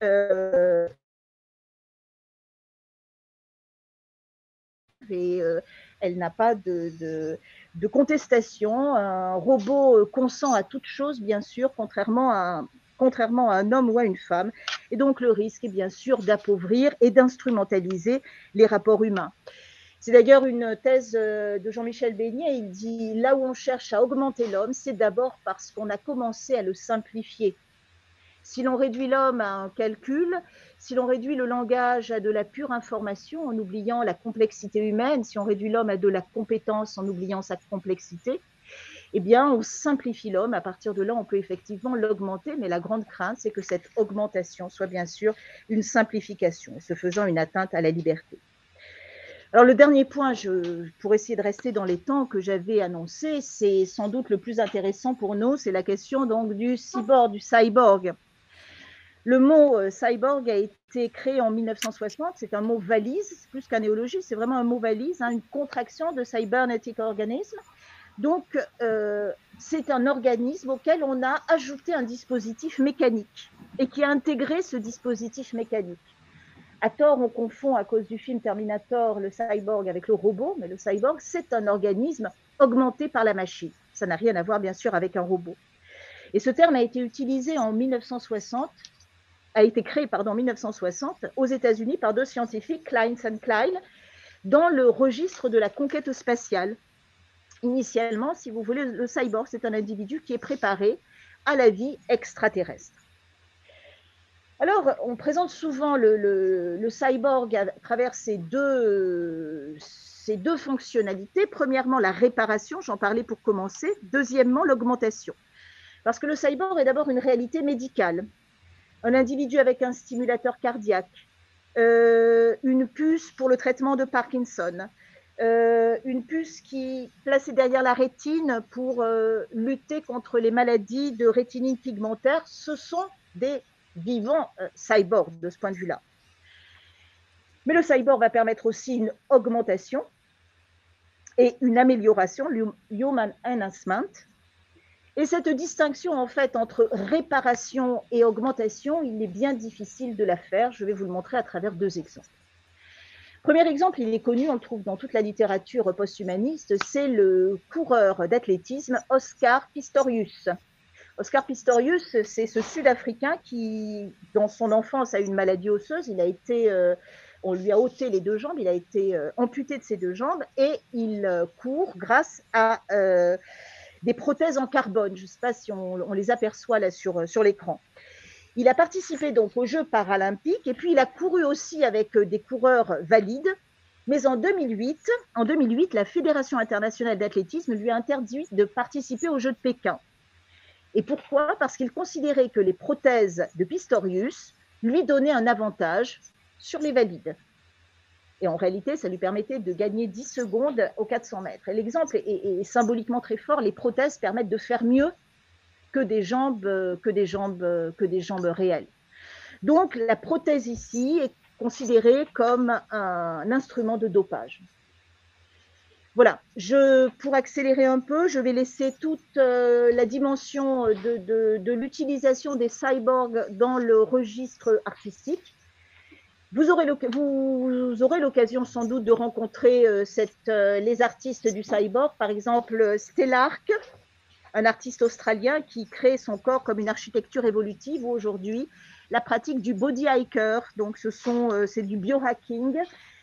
et elle n'a pas de contestation. Un robot consent à toute chose, bien sûr, contrairement à un homme ou à une femme. Et donc, le risque est bien sûr d'appauvrir et d'instrumentaliser les rapports humains. C'est d'ailleurs une thèse de Jean-Michel Beignet. Il dit « Là où on cherche à augmenter l'homme, c'est d'abord parce qu'on a commencé à le simplifier. Si l'on réduit l'homme à un calcul, si l'on réduit le langage à de la pure information en oubliant la complexité humaine, si on réduit l'homme à de la compétence en oubliant sa complexité, eh bien, on simplifie l'homme. À partir de là, on peut effectivement l'augmenter, mais la grande crainte, c'est que cette augmentation soit bien sûr une simplification, et ce faisant une atteinte à la liberté. Alors, le dernier point, pour essayer de rester dans les temps que j'avais annoncés, c'est sans doute le plus intéressant pour nous, c'est la question donc du cyborg. Le mot cyborg a été créé en 1960, c'est un mot valise, plus qu'un néologisme, c'est vraiment un mot valise, une contraction de cybernetic organism. Donc, c'est un organisme auquel on a ajouté un dispositif mécanique et qui a intégré ce dispositif mécanique. À tort, on confond à cause du film Terminator le cyborg avec le robot, mais le cyborg, c'est un organisme augmenté par la machine. Ça n'a rien à voir, bien sûr, avec un robot. Et ce terme a été utilisé en 1960, a été créé en 1960 aux États-Unis par deux scientifiques, Klein et Klein, dans le registre de la conquête spatiale. Initialement, si vous voulez, le cyborg, c'est un individu qui est préparé à la vie extraterrestre. Alors, on présente souvent le cyborg à travers ces deux fonctionnalités. Premièrement, la réparation, j'en parlais pour commencer. Deuxièmement, l'augmentation. Parce que le cyborg est d'abord une réalité médicale. Un individu avec un stimulateur cardiaque, une puce pour le traitement de Parkinson, une puce qui placée derrière la rétine pour lutter contre les maladies de rétinite pigmentaire, ce sont des vivants cyborgs de ce point de vue-là. Mais le cyborg va permettre aussi une augmentation et une amélioration, human enhancement. Et cette distinction, en fait, entre réparation et augmentation, il est bien difficile de la faire. Je vais vous le montrer à travers deux exemples. Premier exemple, il est connu, on le trouve dans toute la littérature post-humaniste, c'est le coureur d'athlétisme Oscar Pistorius. Oscar Pistorius, c'est ce Sud-Africain qui, dans son enfance, a eu une maladie osseuse. Il a été, on lui a ôté les deux jambes, il a été amputé de ses deux jambes et il court grâce à des prothèses en carbone. Je ne sais pas si on les aperçoit là sur l'écran. Il a participé donc aux Jeux paralympiques et puis il a couru aussi avec des coureurs valides. Mais en 2008, la Fédération internationale d'athlétisme lui a interdit de participer aux Jeux de Pékin. Et pourquoi? Parce qu'il considérait que les prothèses de Pistorius lui donnaient un avantage sur les valides. Et en réalité, ça lui permettait de gagner 10 secondes aux 400 mètres. Et l'exemple est symboliquement très fort. Les prothèses permettent de faire mieux que des jambes réelles. Donc, la prothèse ici est considérée comme un instrument de dopage. Voilà, pour accélérer un peu, je vais laisser toute la dimension de l'utilisation des cyborgs dans le registre artistique. Vous aurez l'occasion sans doute de rencontrer les artistes du cyborg, par exemple Stellark, un artiste australien qui crée son corps comme une architecture évolutive, ou aujourd'hui la pratique du body hiker, donc c'est du biohacking,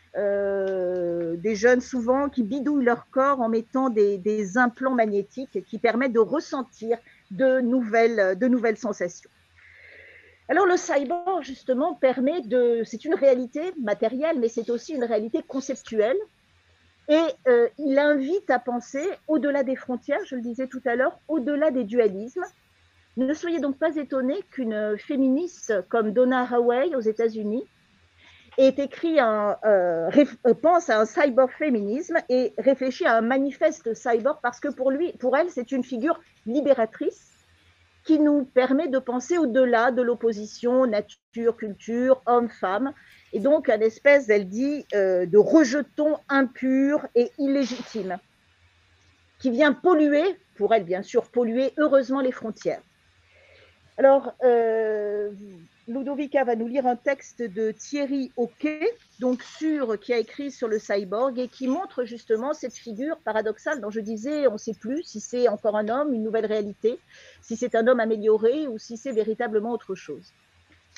des jeunes souvent qui bidouillent leur corps en mettant des implants magnétiques qui permettent de ressentir de nouvelles sensations. Alors le cyborg justement c'est une réalité matérielle, mais c'est aussi une réalité conceptuelle. Et il invite à penser au-delà des frontières, je le disais tout à l'heure, au-delà des dualismes. Ne soyez donc pas étonnés qu'une féministe comme Donna Haraway aux États-Unis pense à un cyborg-féminisme et réfléchit à un manifeste cyborg parce que pour elle, c'est une figure libératrice qui nous permet de penser au-delà de l'opposition nature-culture, homme-femme. Et donc, une espèce, elle dit, de rejeton impur et illégitime qui vient polluer pour elle bien sûr, polluer heureusement les frontières. Alors, Ludovica va nous lire un texte de Thierry Auquet, donc qui a écrit sur le cyborg et qui montre justement cette figure paradoxale dont je disais, on ne sait plus si c'est encore un homme, une nouvelle réalité, si c'est un homme amélioré ou si c'est véritablement autre chose. Ludovica ?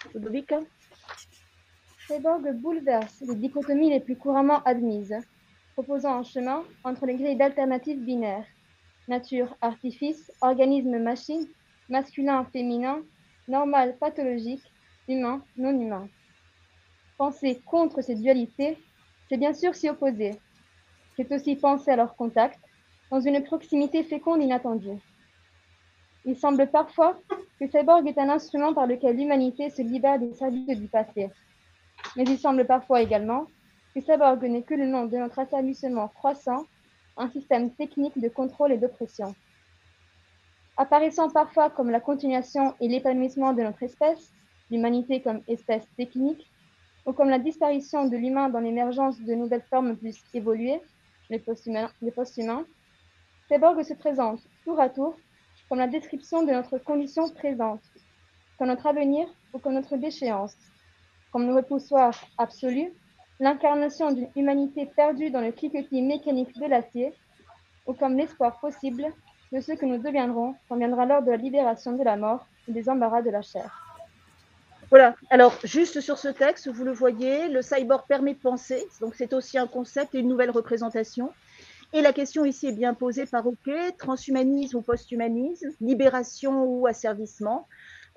Cyborg bouleverse les dichotomies les plus couramment admises, proposant un chemin entre les grilles d'alternatives binaires, nature-artifice, organisme-machine, masculin-féminin, normal-pathologique, humain-non-humain. Penser contre ces dualités, c'est bien sûr s'y opposer. C'est aussi penser à leur contact, dans une proximité féconde inattendue. Il semble parfois que Cyborg est un instrument par lequel l'humanité se libère des servitudes du passé. Mais il semble parfois également que Cyborg n'est que le nom de notre asservissement croissant, un système technique de contrôle et d'oppression. Apparaissant parfois comme la continuation et l'épanouissement de notre espèce, l'humanité comme espèce technique, ou comme la disparition de l'humain dans l'émergence de nouvelles formes plus évoluées, les post-humains, Cyborg se présente tour à tour comme la description de notre condition présente, comme notre avenir ou comme notre déchéance, comme le repoussoir absolu, l'incarnation d'une humanité perdue dans le cliquetis mécanique de l'acier, ou comme l'espoir possible de ce que nous deviendrons quand viendra l'heure de la libération de la mort et des embarras de la chair. Voilà, alors juste sur ce texte, vous le voyez, le cyborg permet de penser, donc c'est aussi un concept et une nouvelle représentation. Et la question ici est bien posée par Auquet, transhumanisme ou posthumanisme, libération ou asservissement,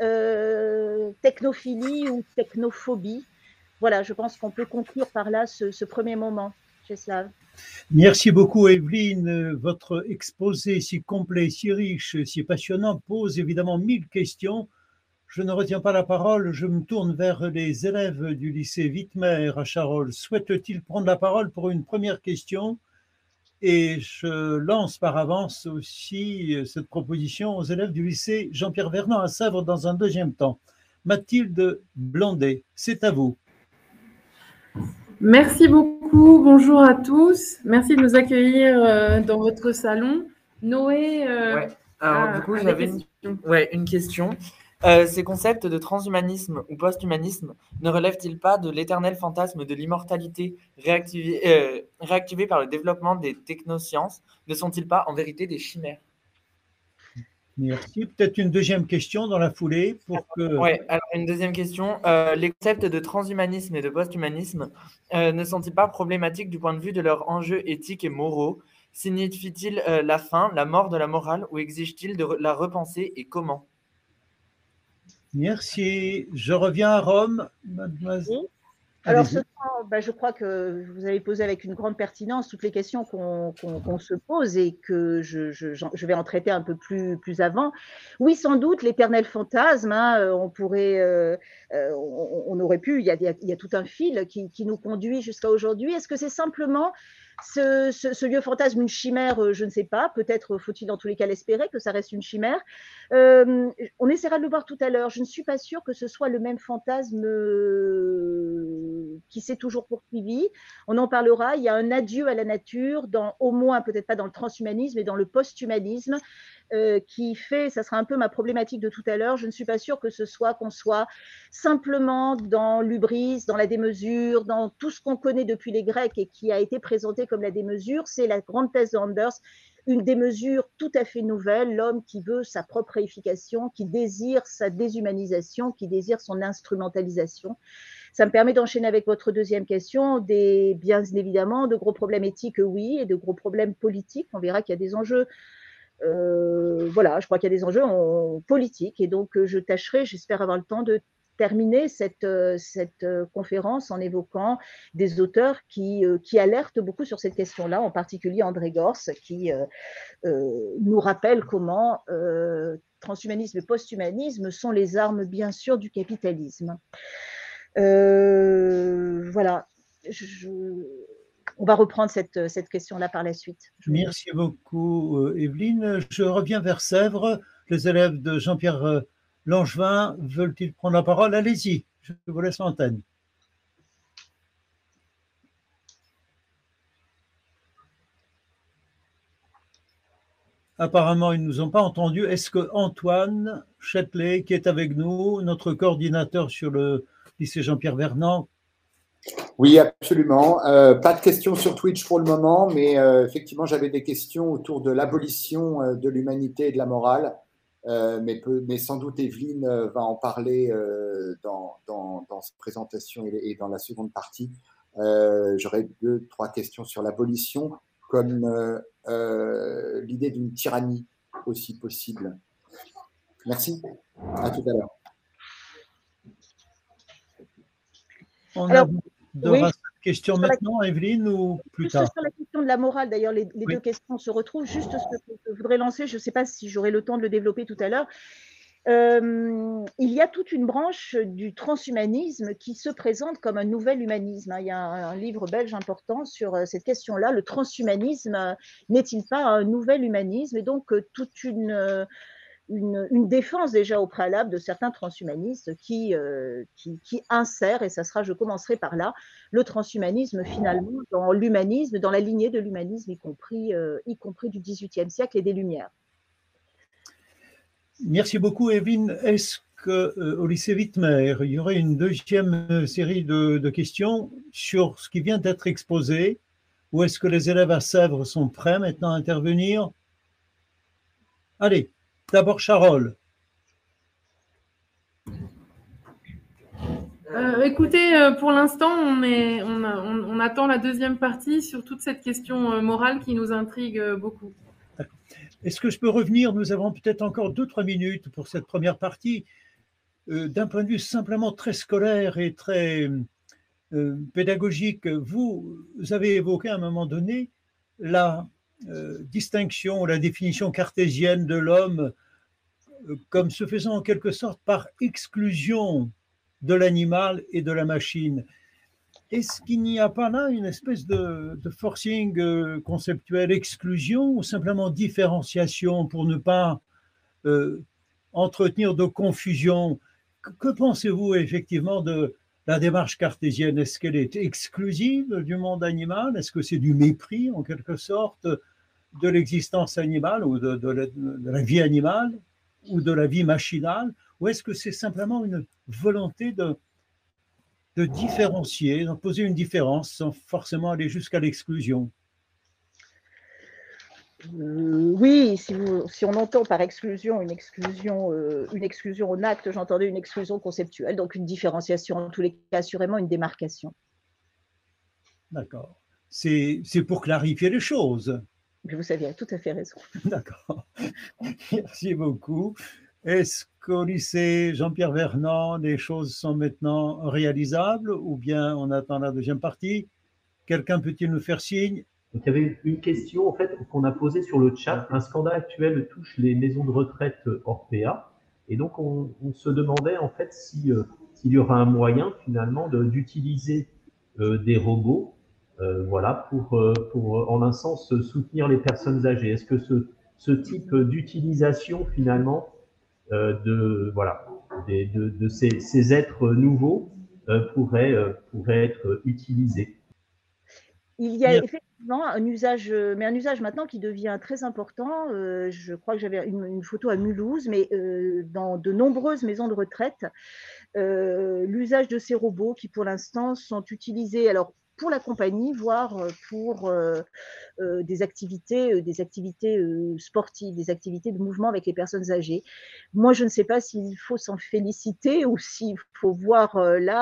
technophilie ou technophobie. Voilà, je pense qu'on peut conclure par là ce premier moment. Czeslaw. Merci beaucoup, Evelyne. Votre exposé si complet, si riche, si passionnant pose évidemment 1000 questions. Je ne retiens pas la parole, je me tourne vers les élèves du lycée Wittmer à Charolles. Souhaitent-ils prendre la parole pour une première question? Et je lance par avance aussi cette proposition aux élèves du lycée Jean-Pierre Vernant à Sèvres dans un deuxième temps. Mathilde Blondet, c'est à vous. Merci beaucoup, bonjour à tous. Merci de nous accueillir dans votre salon. Noé, ouais. Alors, du coup, j'avais une question. Ces concepts de transhumanisme ou posthumanisme ne relèvent-ils pas de l'éternel fantasme de l'immortalité réactivé par le développement des technosciences? Ne sont-ils pas en vérité des chimères? Merci. Peut-être une deuxième question dans la foulée pour que… Oui, alors une deuxième question. Les concepts de transhumanisme et de posthumanisme ne sont-ils pas problématiques du point de vue de leurs enjeux éthiques et moraux? Signifie-t-il la fin, la mort de la morale ou exige-t-il de la repenser et comment? Merci. Je reviens à Rome, mademoiselle. Oui. Alors, je crois que vous avez posé avec une grande pertinence toutes les questions qu'on se pose et que je vais en traiter un peu plus avant. Oui, sans doute, l'éternel fantasme, hein, on aurait pu, il y a tout un fil qui nous conduit jusqu'à aujourd'hui. Est-ce que c'est simplement ce lieu fantasme, une chimère? Je ne sais pas, peut-être faut-il dans tous les cas l'espérer que ça reste une chimère. On essaiera de le voir tout à l'heure. Je ne suis pas sûre que ce soit le même fantasme qui s'est toujours poursuivi. On en parlera. Il y a un adieu à la nature, au moins peut-être pas dans le transhumanisme, mais dans le posthumanisme, qui fait, ça sera un peu ma problématique de tout à l'heure. Je ne suis pas sûre que qu'on soit simplement dans l'hubris, dans la démesure, dans tout ce qu'on connaît depuis les Grecs et qui a été présenté comme la démesure. C'est la grande thèse de Anders, une démesure tout à fait nouvelle, l'homme qui veut sa propre réification, qui désire sa déshumanisation, qui désire son instrumentalisation. Ça me permet d'enchaîner avec votre deuxième question, bien évidemment, de gros problèmes éthiques, oui, et de gros problèmes politiques. On verra qu'il y a des enjeux, voilà, je crois qu'il y a des enjeux politiques, et donc je tâcherai, j'espère avoir le temps de terminer cette conférence en évoquant des auteurs qui alertent beaucoup sur cette question-là, en particulier André Gorz, qui nous rappelle comment transhumanisme et posthumanisme sont les armes, bien sûr, du capitalisme. Voilà, on va reprendre cette question-là par la suite. Merci beaucoup, Evelyne. Je reviens vers Sèvres. Les élèves de Jean-Pierre Langevin veulent-ils prendre la parole? Allez-y, je vous laisse l'antenne. apparemment, ils ne nous ont pas entendus. Est-ce que Antoine Châtelet, qui est avec nous, notre coordinateur sur le lycée Jean-Pierre Vernant? Oui, absolument. Pas de questions sur Twitch pour le moment, mais effectivement, j'avais des questions autour de l'abolition de l'humanité et de la morale. Mais sans doute Evelyne va en parler dans sa présentation et dans la seconde partie. J'aurais 2-3 questions sur l'abolition, comme l'idée d'une tyrannie aussi possible. Merci, à tout à l'heure. Alors, cette question maintenant, Evelyne, ou plus tard? Sur la question de la morale, d'ailleurs, les deux questions se retrouvent. Juste ce que je voudrais lancer, je ne sais pas si j'aurai le temps de le développer tout à l'heure. Il y a toute une branche du transhumanisme qui se présente comme un nouvel humanisme. Il y a un livre belge important sur cette question-là. Le transhumanisme n'est-il pas un nouvel humanisme? Et donc, toute une défense déjà au préalable de certains transhumanistes qui insèrent, et ça sera, je commencerai par là, le transhumanisme finalement dans l'humanisme, dans la lignée de l'humanisme, y compris du XVIIIe siècle et des Lumières. Merci beaucoup, Evelyne. Est-ce qu'au lycée Wittmer, il y aurait une deuxième série de questions sur ce qui vient d'être exposé, ou est-ce que les élèves à Sèvres sont prêts maintenant à intervenir? Allez. D'abord, Charolles. Écoutez, pour l'instant, on attend la deuxième partie sur toute cette question morale qui nous intrigue beaucoup. Est-ce que je peux revenir? Nous avons peut-être encore 2-3 minutes pour cette première partie. D'un point de vue simplement très scolaire et très pédagogique, vous avez évoqué à un moment donné la distinction, la définition cartésienne de l'homme comme se faisant en quelque sorte par exclusion de l'animal et de la machine. Est-ce qu'il n'y a pas là une espèce de forcing conceptuel, exclusion ou simplement différenciation pour ne pas entretenir de confusion? Que pensez-vous effectivement de la démarche cartésienne? Est-ce qu'elle est exclusive du monde animal? Est-ce que c'est du mépris en quelque sorte de l'existence animale ou de la vie animale ou de la vie machinale? Ou est-ce que c'est simplement une volonté de différencier, d'en poser une différence sans forcément aller jusqu'à l'exclusion? Oui, si on entend par exclusion une exclusion en acte, j'entendais une exclusion conceptuelle, donc une différenciation, en tous les cas, assurément une démarcation. D'accord. C'est pour clarifier les choses. Vous avez tout à fait raison. D'accord. Merci beaucoup. Est-ce qu'au lycée Jean-Pierre Vernant, les choses sont maintenant réalisables ou bien on attend la deuxième partie? Quelqu'un peut-il nous faire signe? Donc, il y avait une question en fait qu'on a posée sur le chat. Un scandale actuel touche les maisons de retraite Orpea, et donc on se demandait en fait s'il y aura un moyen finalement d'utiliser des robots, voilà, pour en un sens soutenir les personnes âgées. Est-ce que ce type d'utilisation finalement de ces êtres nouveaux pourrait être utilisé? Il y a effectivement un usage, mais un usage maintenant qui devient très important. Je crois que j'avais une photo à Mulhouse, mais dans de nombreuses maisons de retraite, l'usage de ces robots qui pour l'instant sont utilisés alors pour la compagnie, voire pour des activités sportives, des activités de mouvement avec les personnes âgées. Moi, je ne sais pas s'il faut s'en féliciter ou s'il faut voir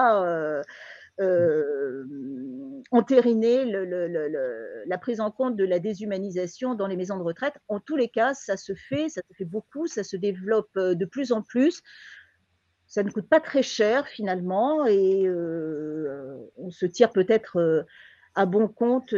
entériner la prise en compte de la déshumanisation dans les maisons de retraite. En tous les cas, ça se fait beaucoup, ça se développe de plus en plus. Ça ne coûte pas très cher finalement et on se tire peut-être à bon compte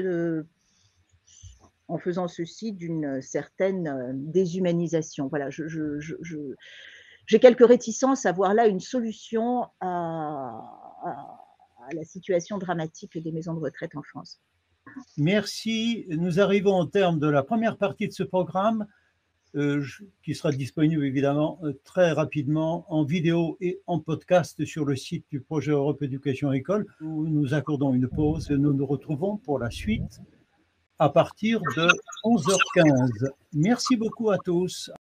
en faisant ceci d'une certaine déshumanisation. Voilà, j'ai quelques réticences à voir là une solution à la situation dramatique des maisons de retraite en France. Merci. Nous arrivons au terme de la première partie de ce programme qui sera disponible évidemment très rapidement en vidéo et en podcast sur le site du projet Europe Éducation École, où nous accordons une pause et nous nous retrouvons pour la suite à partir de 11h15. Merci beaucoup à tous.